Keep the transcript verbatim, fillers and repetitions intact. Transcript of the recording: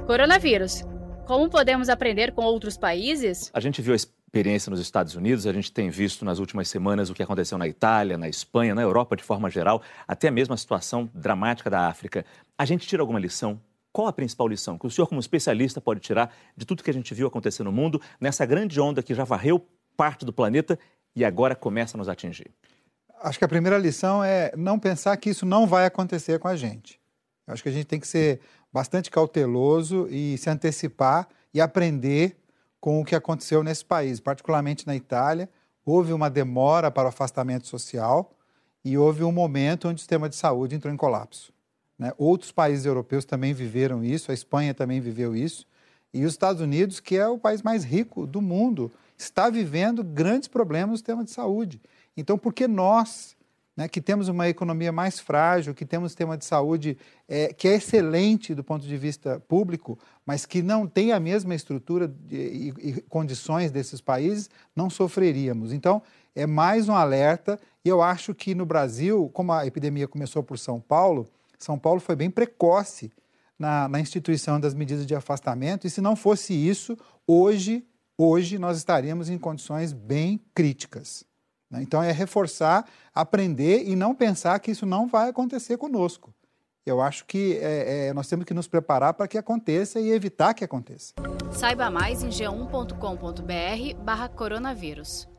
Coronavírus. Como podemos aprender com outros países? A gente viu a experiência nos Estados Unidos, a gente tem visto nas últimas semanas o que aconteceu na Itália, na Espanha, na Europa de forma geral, até mesmo a situação dramática da África. A gente tira alguma lição? Qual a principal lição que o senhor, como especialista, pode tirar de tudo que a gente viu acontecer no mundo, nessa grande onda que já varreu parte do planeta e agora começa a nos atingir? Acho que a primeira lição é não pensar que isso não vai acontecer com a gente. Acho que a gente tem que ser bastante cauteloso e se antecipar e aprender com o que aconteceu nesse país, particularmente na Itália. Houve uma demora para o afastamento social e houve um momento onde o sistema de saúde entrou em colapso, né? Outros países europeus também viveram isso, a Espanha também viveu isso, e os Estados Unidos, que é o país mais rico do mundo, está vivendo grandes problemas no sistema de saúde. Então, por que nós, né, que temos uma economia mais frágil, que temos um sistema de saúde é, que é excelente do ponto de vista público, mas que não tem a mesma estrutura de, e, e condições desses países, não sofreríamos? Então, é mais um alerta, e eu acho que no Brasil, como a epidemia começou por São Paulo, São Paulo foi bem precoce na, na instituição das medidas de afastamento, e se não fosse isso, hoje, hoje nós estaríamos em condições bem críticas. Então, é reforçar, aprender e não pensar que isso não vai acontecer conosco. Eu acho que é, é, nós temos que nos preparar para que aconteça e evitar que aconteça. Saiba mais em g um ponto com ponto br barra coronavírus.